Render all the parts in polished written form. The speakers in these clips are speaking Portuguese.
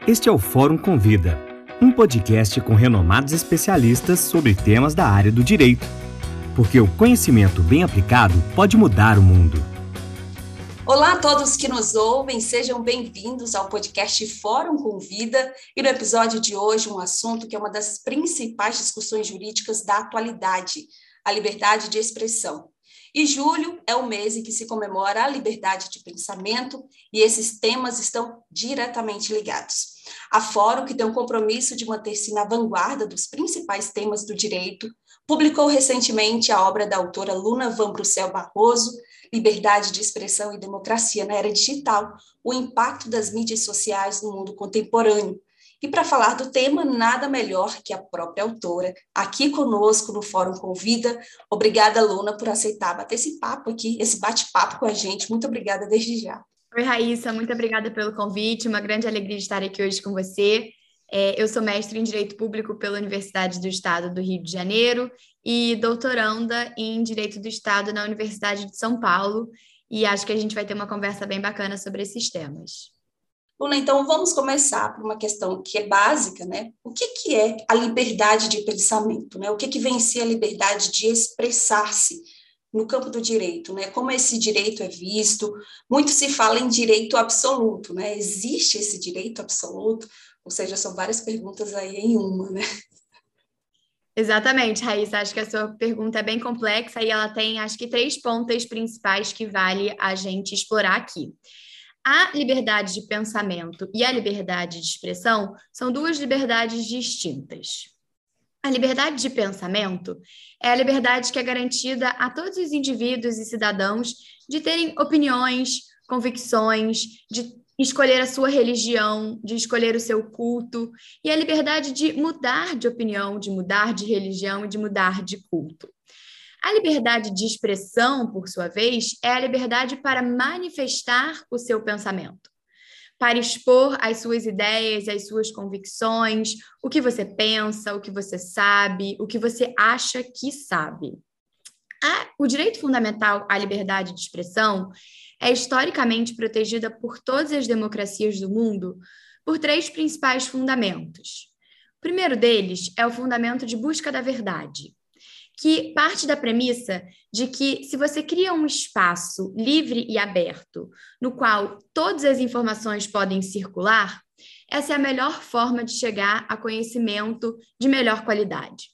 Este é o Fórum Convida, um podcast com renomados especialistas sobre temas da área do direito. Porque o conhecimento bem aplicado pode mudar o mundo. Olá a todos que nos ouvem, sejam bem-vindos ao podcast Fórum Convida. E no episódio de hoje, um assunto que é uma das principais discussões jurídicas da atualidade, a liberdade de expressão. E julho é o mês em que se comemora a liberdade de pensamento e esses temas estão diretamente ligados. A Fórum, que tem um compromisso de manter-se na vanguarda dos principais temas do direito, publicou recentemente a obra da autora Luna Van Brussel Barroso, Liberdade de Expressão e Democracia na Era Digital, o impacto das mídias sociais no mundo contemporâneo. E para falar do tema, nada melhor que a própria autora, aqui conosco no Fórum Convida. Obrigada, Luna, por aceitar bater esse papo aqui, esse bate-papo com a gente. Muito obrigada desde já. Oi, Raíssa, muito obrigada pelo convite, uma grande alegria de estar aqui hoje com você. Eu sou mestre em Direito Público pela Universidade do Estado do Rio de Janeiro e doutoranda em Direito do Estado na Universidade de São Paulo, e acho que a gente vai ter uma conversa bem bacana sobre esses temas. Luna, então vamos começar por uma questão que é básica, né? O que é a liberdade de pensamento, né? O que vem a ser a liberdade de expressar-se no campo do direito, né? Como esse direito é visto? Muito se fala em direito absoluto, né? Existe esse direito absoluto? Ou seja, são várias perguntas aí em uma, né? Exatamente, Raíssa, acho que a sua pergunta é bem complexa e ela tem, acho que, 3 pontas principais que vale a gente explorar aqui. A liberdade de pensamento e a liberdade de expressão são 2 liberdades distintas. A liberdade de pensamento é a liberdade que é garantida a todos os indivíduos e cidadãos de terem opiniões, convicções, de escolher a sua religião, de escolher o seu culto, e a liberdade de mudar de opinião, de mudar de religião e de mudar de culto. A liberdade de expressão, por sua vez, é a liberdade para manifestar o seu pensamento, para expor as suas ideias, as suas convicções, o que você pensa, o que você sabe, o que você acha que sabe. O direito fundamental à liberdade de expressão é historicamente protegida por todas as democracias do mundo por 3 principais fundamentos. O primeiro deles é o fundamento de busca da verdade, que parte da premissa de que se você cria um espaço livre e aberto, no qual todas as informações podem circular, essa é a melhor forma de chegar a conhecimento de melhor qualidade.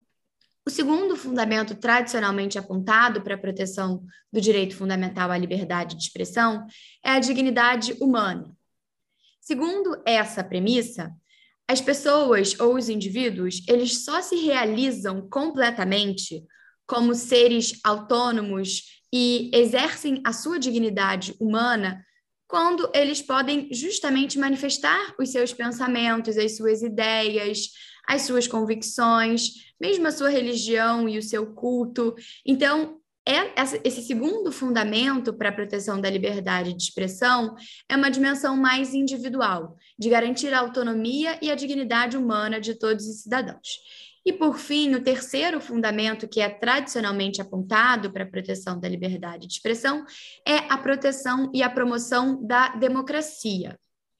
O segundo fundamento tradicionalmente apontado para a proteção do direito fundamental à liberdade de expressão é a dignidade humana. Segundo essa premissa, as pessoas ou os indivíduos, eles só se realizam completamente como seres autônomos e exercem a sua dignidade humana quando eles podem justamente manifestar os seus pensamentos, as suas ideias, as suas convicções, mesmo a sua religião e o seu culto. Então, esse segundo fundamento para a proteção da liberdade de expressão é uma dimensão mais individual, de garantir a autonomia e a dignidade humana de todos os cidadãos. E, por fim, o terceiro fundamento, que é tradicionalmente apontado para a proteção da liberdade de expressão, é a proteção e a promoção da democracia.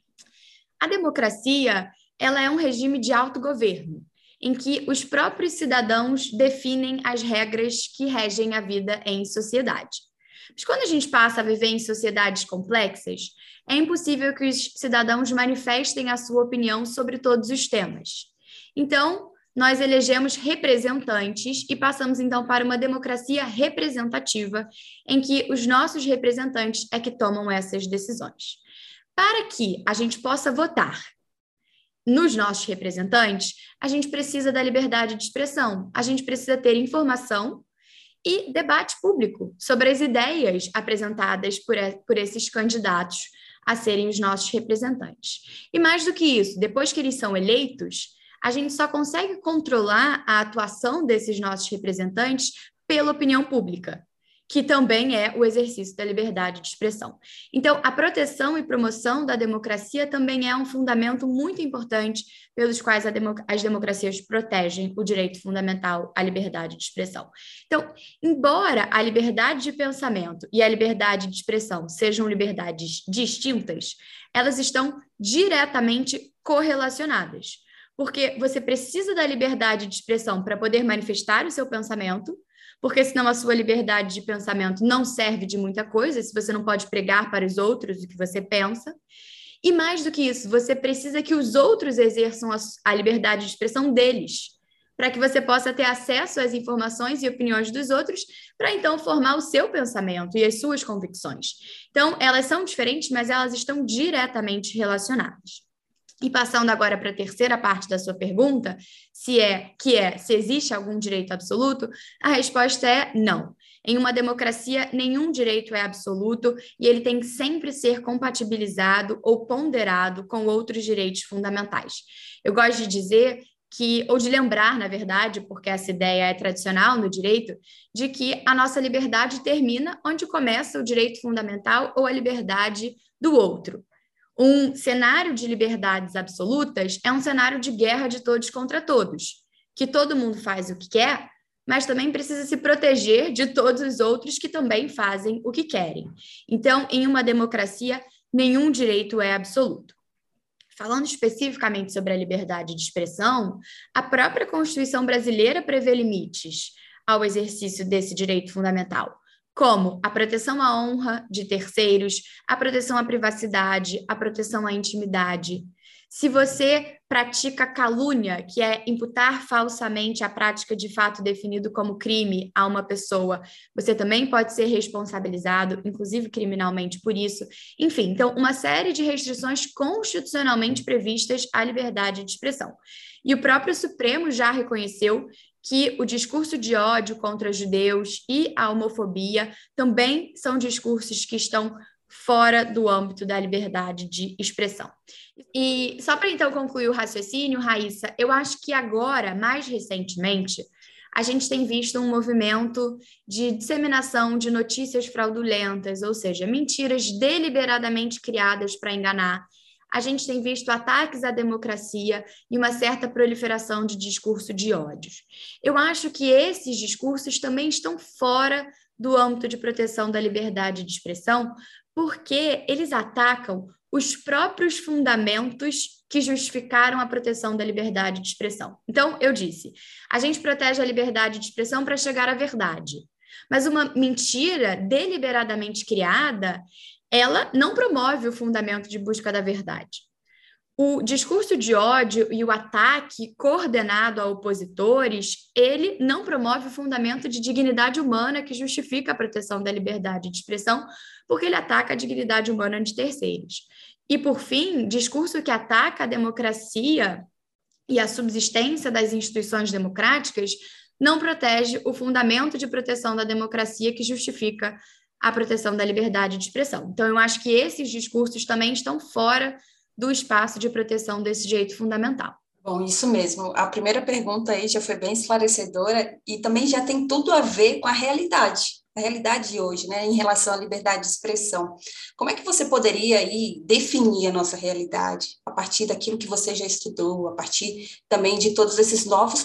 A democracia, ela é um regime de autogoverno, em que os próprios cidadãos definem as regras que regem a vida em sociedade. Mas quando a gente passa a viver em sociedades complexas, é impossível que os cidadãos manifestem a sua opinião sobre todos os temas. Então, nós elegemos representantes e passamos, então, para uma democracia representativa, em que os nossos representantes é que tomam essas decisões. Para que a gente possa votar nos nossos representantes, a gente precisa da liberdade de expressão, a gente precisa ter informação e debate público sobre as ideias apresentadas por esses candidatos a serem os nossos representantes. E mais do que isso, depois que eles são eleitos, a gente só consegue controlar a atuação desses nossos representantes pela opinião pública. que também é o exercício da liberdade de expressão. Então, a proteção e promoção da democracia também é um fundamento muito importante pelos quais as democracias protegem o direito fundamental à liberdade de expressão. Então, embora a liberdade de pensamento e a liberdade de expressão sejam liberdades distintas, elas estão diretamente correlacionadas, porque você precisa da liberdade de expressão para poder manifestar o seu pensamento, porque senão a sua liberdade de pensamento não serve de muita coisa, se você não pode pregar para os outros o que você pensa. E mais do que isso, você precisa que os outros exerçam a liberdade de expressão deles, para que você possa ter acesso às informações e opiniões dos outros, para então formar o seu pensamento e as suas convicções. Então, elas são diferentes, mas elas estão diretamente relacionadas. E passando agora para a terceira parte da sua pergunta, se existe algum direito absoluto, a resposta é não. Em uma democracia, nenhum direito é absoluto e ele tem que sempre ser compatibilizado ou ponderado com outros direitos fundamentais. Eu gosto de dizer ou de lembrar, na verdade, porque essa ideia é tradicional no direito, de que a nossa liberdade termina onde começa o direito fundamental ou a liberdade do outro. Um cenário de liberdades absolutas é um cenário de guerra de todos contra todos, que todo mundo faz o que quer, mas também precisa se proteger de todos os outros que também fazem o que querem. Então, em uma democracia, nenhum direito é absoluto. Falando especificamente sobre a liberdade de expressão, a própria Constituição brasileira prevê limites ao exercício desse direito fundamental, como a proteção à honra de terceiros, a proteção à privacidade, a proteção à intimidade. Se você pratica calúnia, que é imputar falsamente a prática de fato definido como crime a uma pessoa, você também pode ser responsabilizado, inclusive criminalmente por isso. Enfim, então, uma série de restrições constitucionalmente previstas à liberdade de expressão. E o próprio Supremo já reconheceu que o discurso de ódio contra judeus e a homofobia também são discursos que estão fora do âmbito da liberdade de expressão. E só para então concluir o raciocínio, Raíssa, eu acho que agora, mais recentemente, a gente tem visto um movimento de disseminação de notícias fraudulentas, ou seja, mentiras deliberadamente criadas para enganar. A gente tem visto ataques à democracia e uma certa proliferação de discurso de ódios. Eu acho que esses discursos também estão fora do âmbito de proteção da liberdade de expressão, porque eles atacam os próprios fundamentos que justificaram a proteção da liberdade de expressão. Então, eu disse, a gente protege a liberdade de expressão para chegar à verdade, mas uma mentira deliberadamente criada, ela não promove o fundamento de busca da verdade. O discurso de ódio e o ataque coordenado a opositores, ele não promove o fundamento de dignidade humana que justifica a proteção da liberdade de expressão, porque ele ataca a dignidade humana de terceiros. E, por fim, discurso que ataca a democracia e a subsistência das instituições democráticas não protege o fundamento de proteção da democracia que justifica a proteção da liberdade de expressão. Então, eu acho que esses discursos também estão fora do espaço de proteção desse direito fundamental. Bom, isso mesmo. A primeira pergunta aí já foi bem esclarecedora e também já tem tudo a ver com a realidade de hoje, né, em relação à liberdade de expressão. Como é que você poderia aí definir a nossa realidade a partir daquilo que você já estudou, a partir também de todos esses novos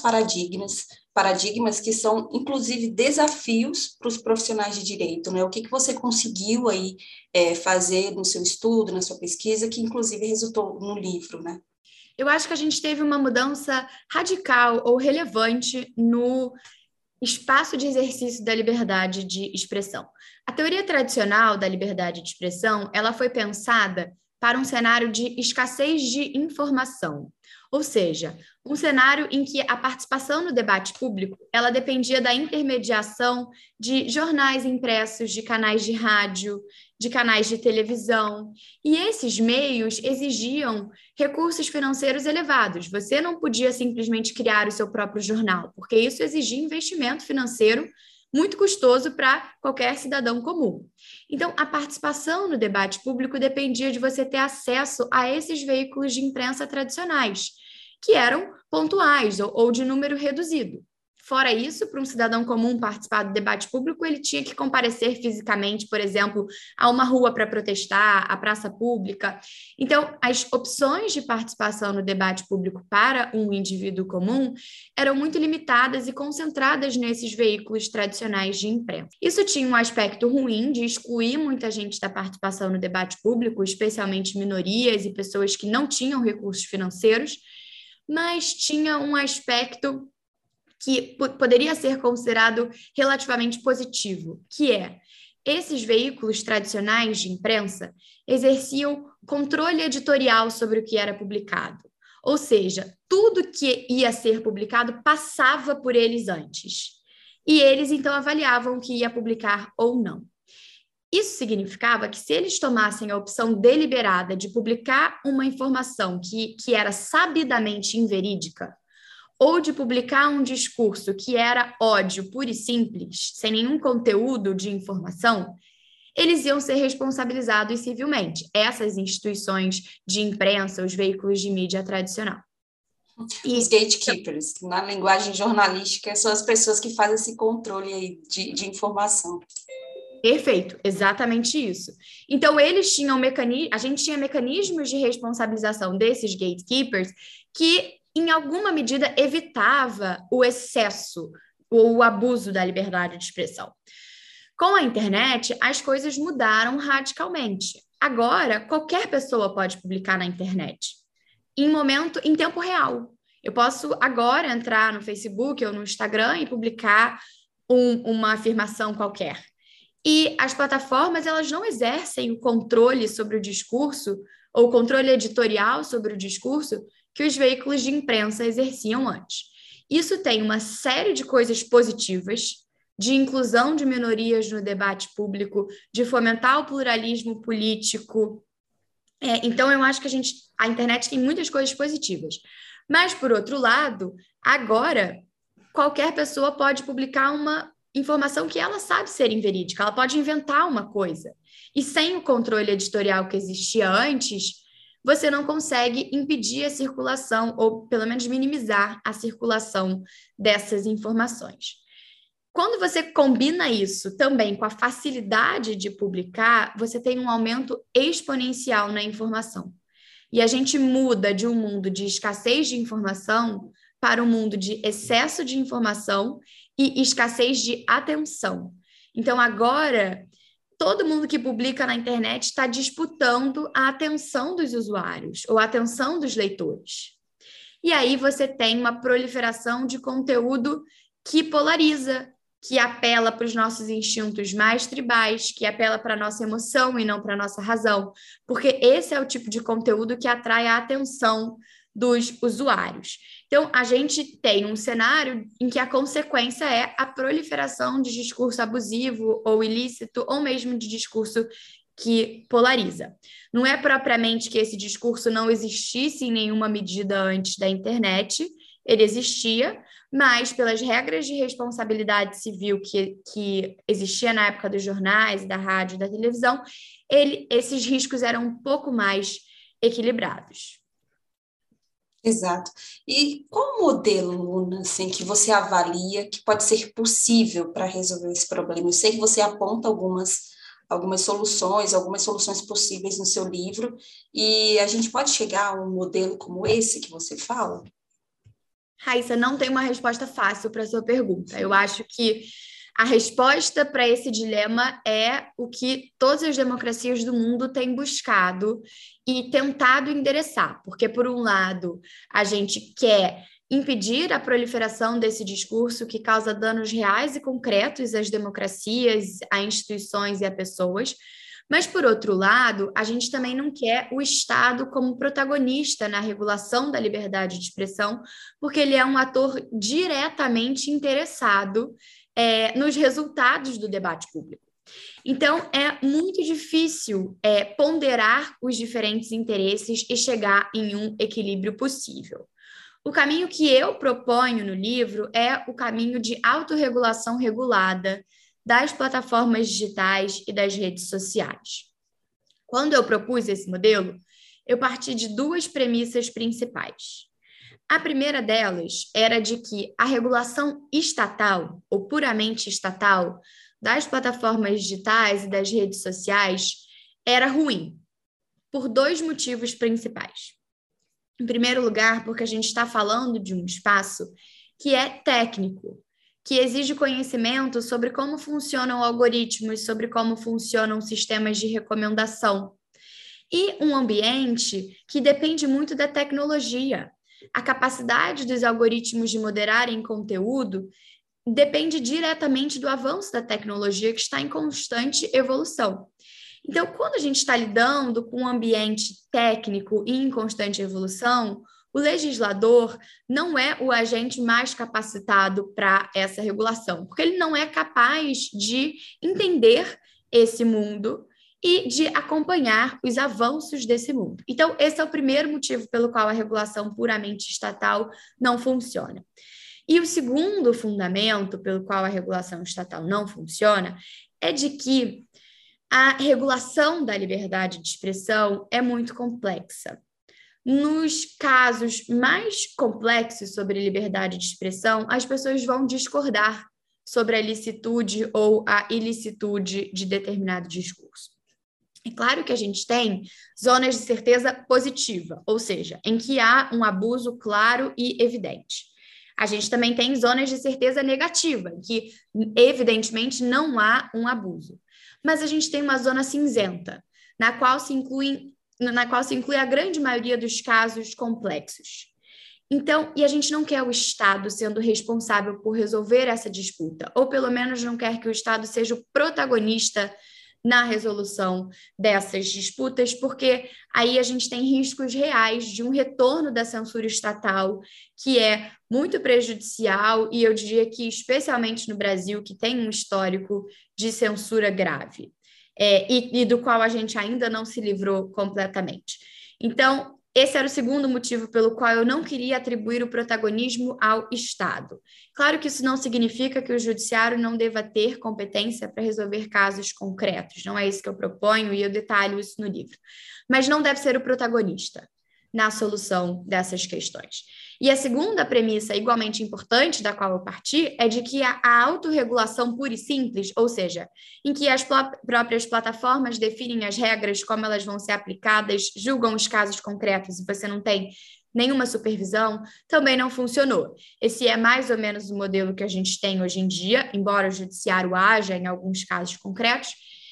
paradigmas que são, inclusive, desafios para os profissionais de direito, né? O que você conseguiu aí fazer no seu estudo, na sua pesquisa, que, inclusive, resultou no livro, né? Eu acho que a gente teve uma mudança radical ou relevante no espaço de exercício da liberdade de expressão. A teoria tradicional da liberdade de expressão, ela foi pensada para um cenário de escassez de informação, ou seja, um cenário em que a participação no debate público, ela dependia da intermediação de jornais impressos, de canais de rádio, de canais de televisão, e esses meios exigiam recursos financeiros elevados. Você não podia simplesmente criar o seu próprio jornal, porque isso exigia investimento financeiro muito custoso para qualquer cidadão comum. Então, a participação no debate público dependia de você ter acesso a esses veículos de imprensa tradicionais, que eram pontuais ou de número reduzido. Fora isso, para um cidadão comum participar do debate público, ele tinha que comparecer fisicamente, por exemplo, a uma rua para protestar, à praça pública. Então, as opções de participação no debate público para um indivíduo comum eram muito limitadas e concentradas nesses veículos tradicionais de imprensa. Isso tinha um aspecto ruim de excluir muita gente da participação no debate público, especialmente minorias e pessoas que não tinham recursos financeiros, mas tinha um aspecto que poderia ser considerado relativamente positivo, que é esses veículos tradicionais de imprensa exerciam controle editorial sobre o que era publicado. Ou seja, tudo que ia ser publicado passava por eles antes. E eles, então, avaliavam o que ia publicar ou não. Isso significava que, se eles tomassem a opção deliberada de publicar uma informação que era sabidamente inverídica, ou de publicar um discurso que era ódio puro e simples, sem nenhum conteúdo de informação, eles iam ser responsabilizados civilmente, essas instituições de imprensa, os veículos de mídia tradicional. Os gatekeepers, na linguagem jornalística, são as pessoas que fazem esse controle aí de informação. Perfeito, exatamente isso. Então, eles tinham a gente tinha mecanismos de responsabilização desses gatekeepers que, em alguma medida, evitava o excesso ou o abuso da liberdade de expressão. Com a internet, as coisas mudaram radicalmente. Agora, qualquer pessoa pode publicar na internet, em tempo real. Eu posso agora entrar no Facebook ou no Instagram e publicar uma afirmação qualquer. E as plataformas, elas não exercem o controle sobre o discurso ou o controle editorial sobre o discurso que os veículos de imprensa exerciam antes. Isso tem uma série de coisas positivas, de inclusão de minorias no debate público, de fomentar o pluralismo político. Então, eu acho que a internet tem muitas coisas positivas. Mas, por outro lado, agora, qualquer pessoa pode publicar uma informação que ela sabe ser inverídica, ela pode inventar uma coisa. E sem o controle editorial que existia antes, você não consegue impedir a circulação, ou pelo menos minimizar a circulação dessas informações. Quando você combina isso também com a facilidade de publicar, você tem um aumento exponencial na informação. E a gente muda de um mundo de escassez de informação para um mundo de excesso de informação e escassez de atenção. Então, agora, todo mundo que publica na internet está disputando a atenção dos usuários ou a atenção dos leitores. E aí você tem uma proliferação de conteúdo que polariza, que apela para os nossos instintos mais tribais, que apela para a nossa emoção e não para a nossa razão, porque esse é o tipo de conteúdo que atrai a atenção dos usuários. Então, a gente tem um cenário em que a consequência é a proliferação de discurso abusivo ou ilícito, ou mesmo de discurso que polariza. Não é propriamente que esse discurso não existisse em nenhuma medida antes da internet, ele existia, mas pelas regras de responsabilidade civil que existia na época dos jornais, da rádio e da televisão, esses riscos eram um pouco mais equilibrados. Exato. E qual modelo, Luna, assim, que você avalia que pode ser possível para resolver esse problema? Eu sei que você aponta algumas soluções possíveis no seu livro, e a gente pode chegar a um modelo como esse que você fala? Raíssa, não tem uma resposta fácil para a sua pergunta. Eu acho que a resposta para esse dilema é o que todas as democracias do mundo têm buscado e tentado endereçar, porque, por um lado, a gente quer impedir a proliferação desse discurso que causa danos reais e concretos às democracias, a instituições e a pessoas, mas, por outro lado, a gente também não quer o Estado como protagonista na regulação da liberdade de expressão, porque ele é um ator diretamente interessado nos resultados do debate público. Então, é muito difícil ponderar os diferentes interesses e chegar em um equilíbrio possível. O caminho que eu proponho no livro é o caminho de autorregulação regulada das plataformas digitais e das redes sociais. Quando eu propus esse modelo, eu parti de duas premissas principais. A primeira delas era de que a regulação estatal, ou puramente estatal, das plataformas digitais e das redes sociais era ruim, por dois motivos principais. Em primeiro lugar, porque a gente está falando de um espaço que é técnico, que exige conhecimento sobre como funcionam algoritmos, sobre como funcionam sistemas de recomendação. E um ambiente que depende muito da tecnologia. A capacidade dos algoritmos de moderarem conteúdo depende diretamente do avanço da tecnologia, que está em constante evolução. Então, quando a gente está lidando com um ambiente técnico e em constante evolução, o legislador não é o agente mais capacitado para essa regulação, porque ele não é capaz de entender esse mundo e de acompanhar os avanços desse mundo. Então, esse é o primeiro motivo pelo qual a regulação puramente estatal não funciona. E o segundo fundamento pelo qual a regulação estatal não funciona é de que a regulação da liberdade de expressão é muito complexa. Nos casos mais complexos sobre liberdade de expressão, as pessoas vão discordar sobre a licitude ou a ilicitude de determinado discurso. É claro que a gente tem zonas de certeza positiva, ou seja, em que há um abuso claro e evidente. A gente também tem zonas de certeza negativa, em que evidentemente não há um abuso. Mas a gente tem uma zona cinzenta, na qual se inclui a grande maioria dos casos complexos. Então, e a gente não quer o Estado sendo responsável por resolver essa disputa, ou pelo menos não quer que o Estado seja o protagonista na resolução dessas disputas, porque aí a gente tem riscos reais de um retorno da censura estatal, que é muito prejudicial, e eu diria que especialmente no Brasil, que tem um histórico de censura grave, e do qual a gente ainda não se livrou completamente. Então, esse era o segundo motivo pelo qual eu não queria atribuir o protagonismo ao Estado. Claro que isso não significa que o judiciário não deva ter competência para resolver casos concretos, não é isso que eu proponho e eu detalho isso no livro. Mas não deve ser o protagonista na solução dessas questões. E a segunda premissa, igualmente importante, da qual eu parti, é de que a autorregulação pura e simples, ou seja, em que as próprias plataformas definem as regras, como elas vão ser aplicadas, julgam os casos concretos e você não tem nenhuma supervisão, também não funcionou. Esse é mais ou menos o modelo que a gente tem hoje em dia, embora o judiciário haja em alguns casos concretos,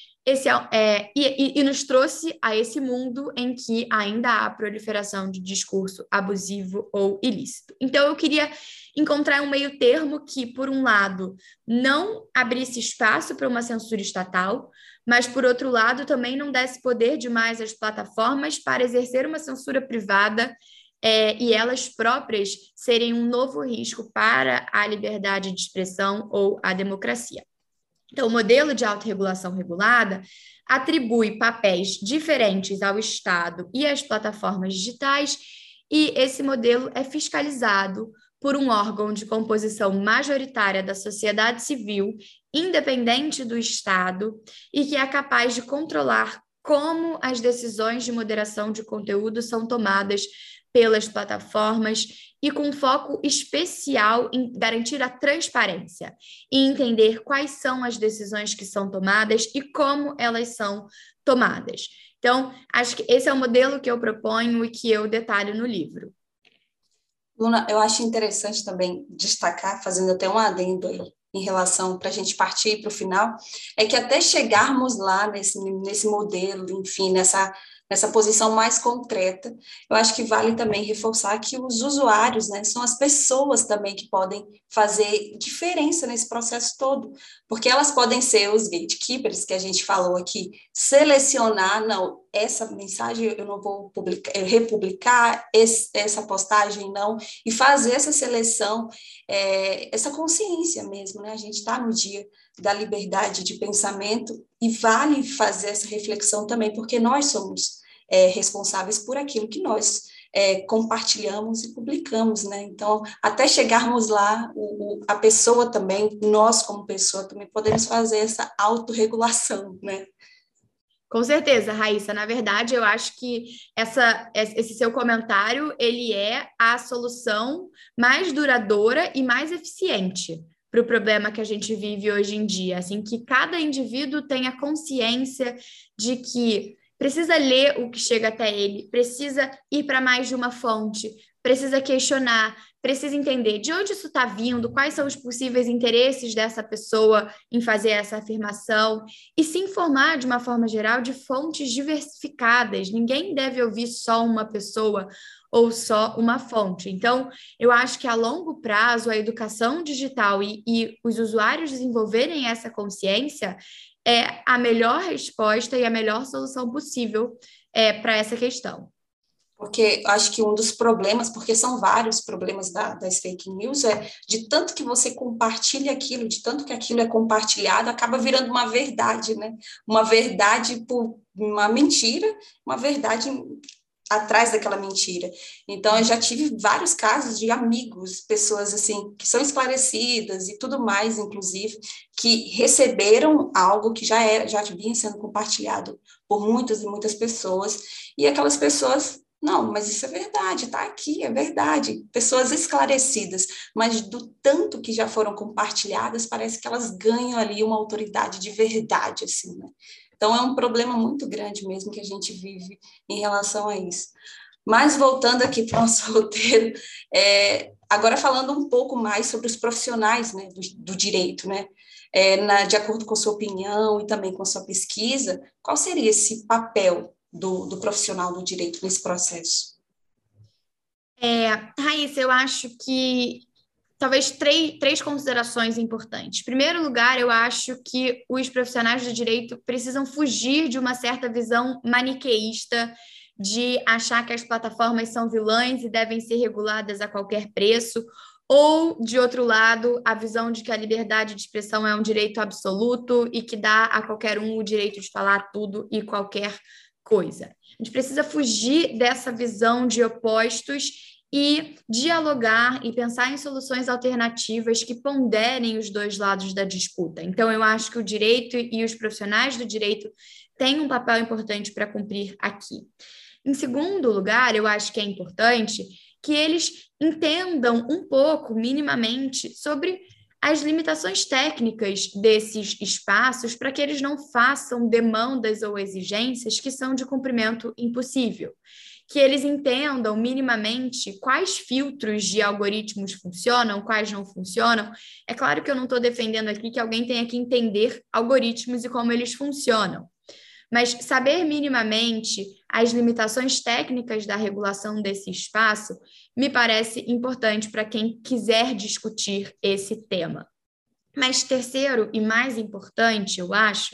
e nos trouxe a esse mundo em que ainda há proliferação de discurso abusivo ou ilícito. Então, eu queria encontrar um meio termo que, por um lado, não abrisse espaço para uma censura estatal, mas, por outro lado, também não desse poder demais às plataformas para exercer uma censura privada e elas próprias serem um novo risco para a liberdade de expressão ou a democracia. Então, o modelo de autorregulação regulada atribui papéis diferentes ao Estado e às plataformas digitais, e esse modelo é fiscalizado por um órgão de composição majoritária da sociedade civil, independente do Estado, e que é capaz de controlar como as decisões de moderação de conteúdo são tomadas pelas plataformas e com foco especial em garantir a transparência e entender quais são as decisões que são tomadas e como elas são tomadas. Então, acho que esse é o modelo que eu proponho e que eu detalho no livro. Luna, eu acho interessante também destacar, fazendo até um adendo aí, em relação, para a gente partir para o final, é que até chegarmos lá nesse modelo, enfim, nessa posição mais concreta, eu acho que vale também reforçar que os usuários, né, são as pessoas também que podem fazer diferença nesse processo todo, porque elas podem ser os gatekeepers, que a gente falou aqui, selecionar, não, essa mensagem eu não vou republicar, essa postagem não, e fazer essa seleção, essa consciência mesmo, né, a gente está no dia da liberdade de pensamento e vale fazer essa reflexão também, porque nós somos responsáveis por aquilo que nós compartilhamos e publicamos, né? Então, até chegarmos lá, a pessoa também, nós como pessoa também podemos fazer essa autorregulação, né? Com certeza, Raíssa. Na verdade, eu acho que esse seu comentário, ele é a solução mais duradoura e mais eficiente para o problema que a gente vive hoje em dia. Assim, que cada indivíduo tenha consciência de que precisa ler o que chega até ele, precisa ir para mais de uma fonte, precisa questionar, precisa entender de onde isso está vindo, quais são os possíveis interesses dessa pessoa em fazer essa afirmação, e se informar de uma forma geral de fontes diversificadas. Ninguém deve ouvir só uma pessoa ou só uma fonte. Então, eu acho que a longo prazo, a educação digital e os usuários desenvolverem essa consciência é a melhor resposta e a melhor solução possível para essa questão. Porque acho que um dos problemas, porque são vários problemas das fake news, é de tanto que você compartilha aquilo, de tanto que aquilo é compartilhado, acaba virando uma verdade, né? Uma verdade por uma mentira, uma verdade atrás daquela mentira. Então, eu já tive vários casos de amigos, pessoas assim, que são esclarecidas e tudo mais, inclusive, que receberam algo que já vinha sendo compartilhado por muitas e muitas pessoas, e aquelas pessoas... Não, mas isso é verdade, está aqui, é verdade. Pessoas esclarecidas, mas do tanto que já foram compartilhadas, parece que elas ganham ali uma autoridade de verdade, assim, né? Então, é um problema muito grande mesmo que a gente vive em relação a isso. Mas, voltando aqui para o nosso roteiro, agora falando um pouco mais sobre os profissionais, né, do direito, né? De acordo com a sua opinião e também com a sua pesquisa, qual seria esse papel do profissional do direito nesse processo? Raíssa, eu acho que talvez três considerações importantes. Em primeiro lugar, eu acho que os profissionais do direito precisam fugir de uma certa visão maniqueísta de achar que as plataformas são vilãs e devem ser reguladas a qualquer preço, ou, de outro lado, a visão de que a liberdade de expressão é um direito absoluto e que dá a qualquer um o direito de falar tudo e qualquer coisa. A gente precisa fugir dessa visão de opostos e dialogar e pensar em soluções alternativas que ponderem os dois lados da disputa. Então, eu acho que o direito e os profissionais do direito têm um papel importante para cumprir aqui. Em segundo lugar, eu acho que é importante que eles entendam um pouco, minimamente, sobre as limitações técnicas desses espaços para que eles não façam demandas ou exigências que são de cumprimento impossível. Que eles entendam minimamente quais filtros de algoritmos funcionam, quais não funcionam. É claro que eu não estou defendendo aqui que alguém tenha que entender algoritmos e como eles funcionam, mas saber minimamente as limitações técnicas da regulação desse espaço me parece importante para quem quiser discutir esse tema. Mas terceiro e mais importante, eu acho,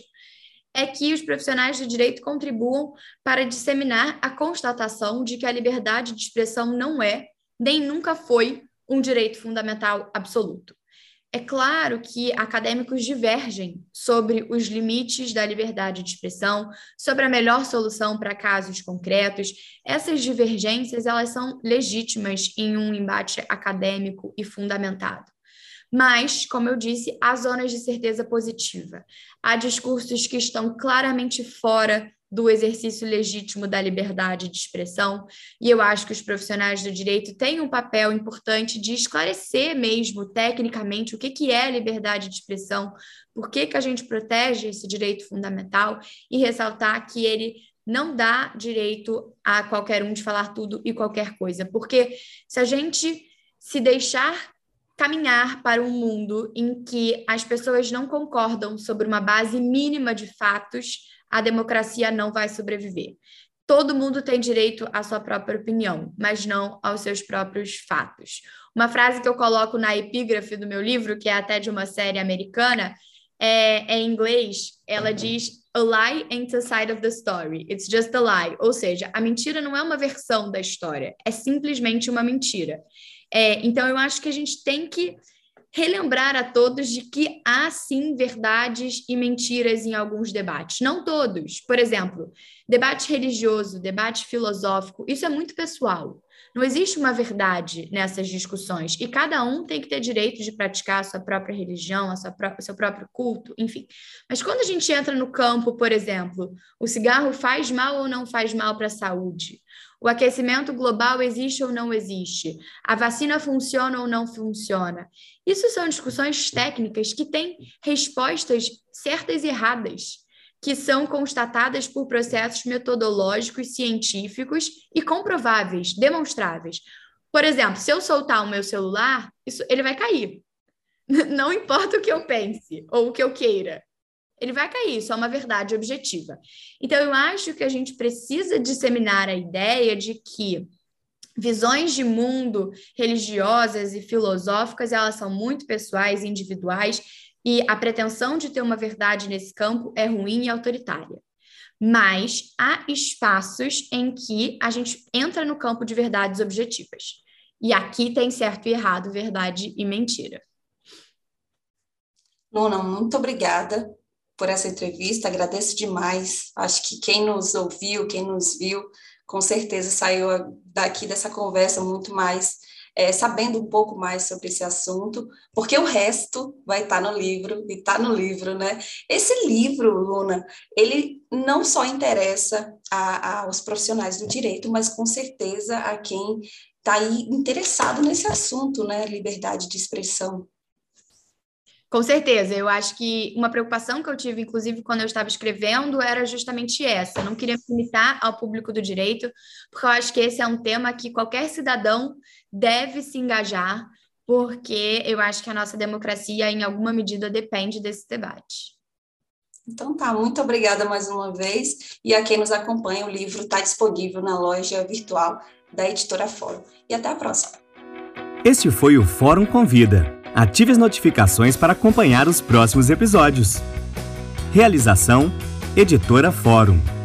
é que os profissionais do direito contribuam para disseminar a constatação de que a liberdade de expressão não é, nem nunca foi, um direito fundamental absoluto. É claro que acadêmicos divergem sobre os limites da liberdade de expressão, sobre a melhor solução para casos concretos. Essas divergências, elas são legítimas em um embate acadêmico e fundamentado. Mas, como eu disse, há zonas de certeza positiva. Há discursos que estão claramente fora do exercício legítimo da liberdade de expressão, e eu acho que os profissionais do direito têm um papel importante de esclarecer mesmo, tecnicamente, o que é a liberdade de expressão, por que a gente protege esse direito fundamental, e ressaltar que ele não dá direito a qualquer um de falar tudo e qualquer coisa, porque se a gente se deixar caminhar para um mundo em que as pessoas não concordam sobre uma base mínima de fatos, a democracia não vai sobreviver. Todo mundo tem direito à sua própria opinião, mas não aos seus próprios fatos. Uma frase que eu coloco na epígrafe do meu livro, que é até de uma série americana, em inglês, ela diz: "A lie ain't a side of the story, it's just a lie." Ou seja, a mentira não é uma versão da história, é simplesmente uma mentira. Então, eu acho que a gente tem que relembrar a todos de que há sim verdades e mentiras em alguns debates. Não todos. Por exemplo, debate religioso, debate filosófico, isso é muito pessoal. Não existe uma verdade nessas discussões e cada um tem que ter direito de praticar a sua própria religião, o seu próprio culto, enfim. Mas quando a gente entra no campo, por exemplo, o cigarro faz mal ou não faz mal para a saúde? O aquecimento global existe ou não existe? A vacina funciona ou não funciona? Isso são discussões técnicas que têm respostas certas e erradas, que são constatadas por processos metodológicos, científicos e comprováveis, demonstráveis. Por exemplo, se eu soltar o meu celular, ele vai cair. Não importa o que eu pense ou o que eu queira. Ele vai cair, isso é uma verdade objetiva. Então, eu acho que a gente precisa disseminar a ideia de que visões de mundo religiosas e filosóficas, elas são muito pessoais e individuais, e a pretensão de ter uma verdade nesse campo é ruim e autoritária. Mas há espaços em que a gente entra no campo de verdades objetivas. E aqui tem certo e errado, verdade e mentira. Luna, muito obrigada por essa entrevista, agradeço demais. Acho que quem nos ouviu, quem nos viu, com certeza saiu daqui dessa conversa muito mais, sabendo um pouco mais sobre esse assunto, porque o resto vai estar no livro, e está no livro, né? Esse livro, Luna, ele não só interessa aos profissionais do direito, mas com certeza a quem está aí interessado nesse assunto, né? Liberdade de expressão. Com certeza, eu acho que uma preocupação que eu tive, inclusive, quando eu estava escrevendo, era justamente essa. Eu não queria me limitar ao público do direito, porque eu acho que esse é um tema que qualquer cidadão deve se engajar, porque eu acho que a nossa democracia, em alguma medida, depende desse debate. Então tá, muito obrigada mais uma vez, e a quem nos acompanha, o livro está disponível na loja virtual da Editora Fórum. E até a próxima. Este foi o Fórum Convida. Ative as notificações para acompanhar os próximos episódios. Realização: Editora Fórum.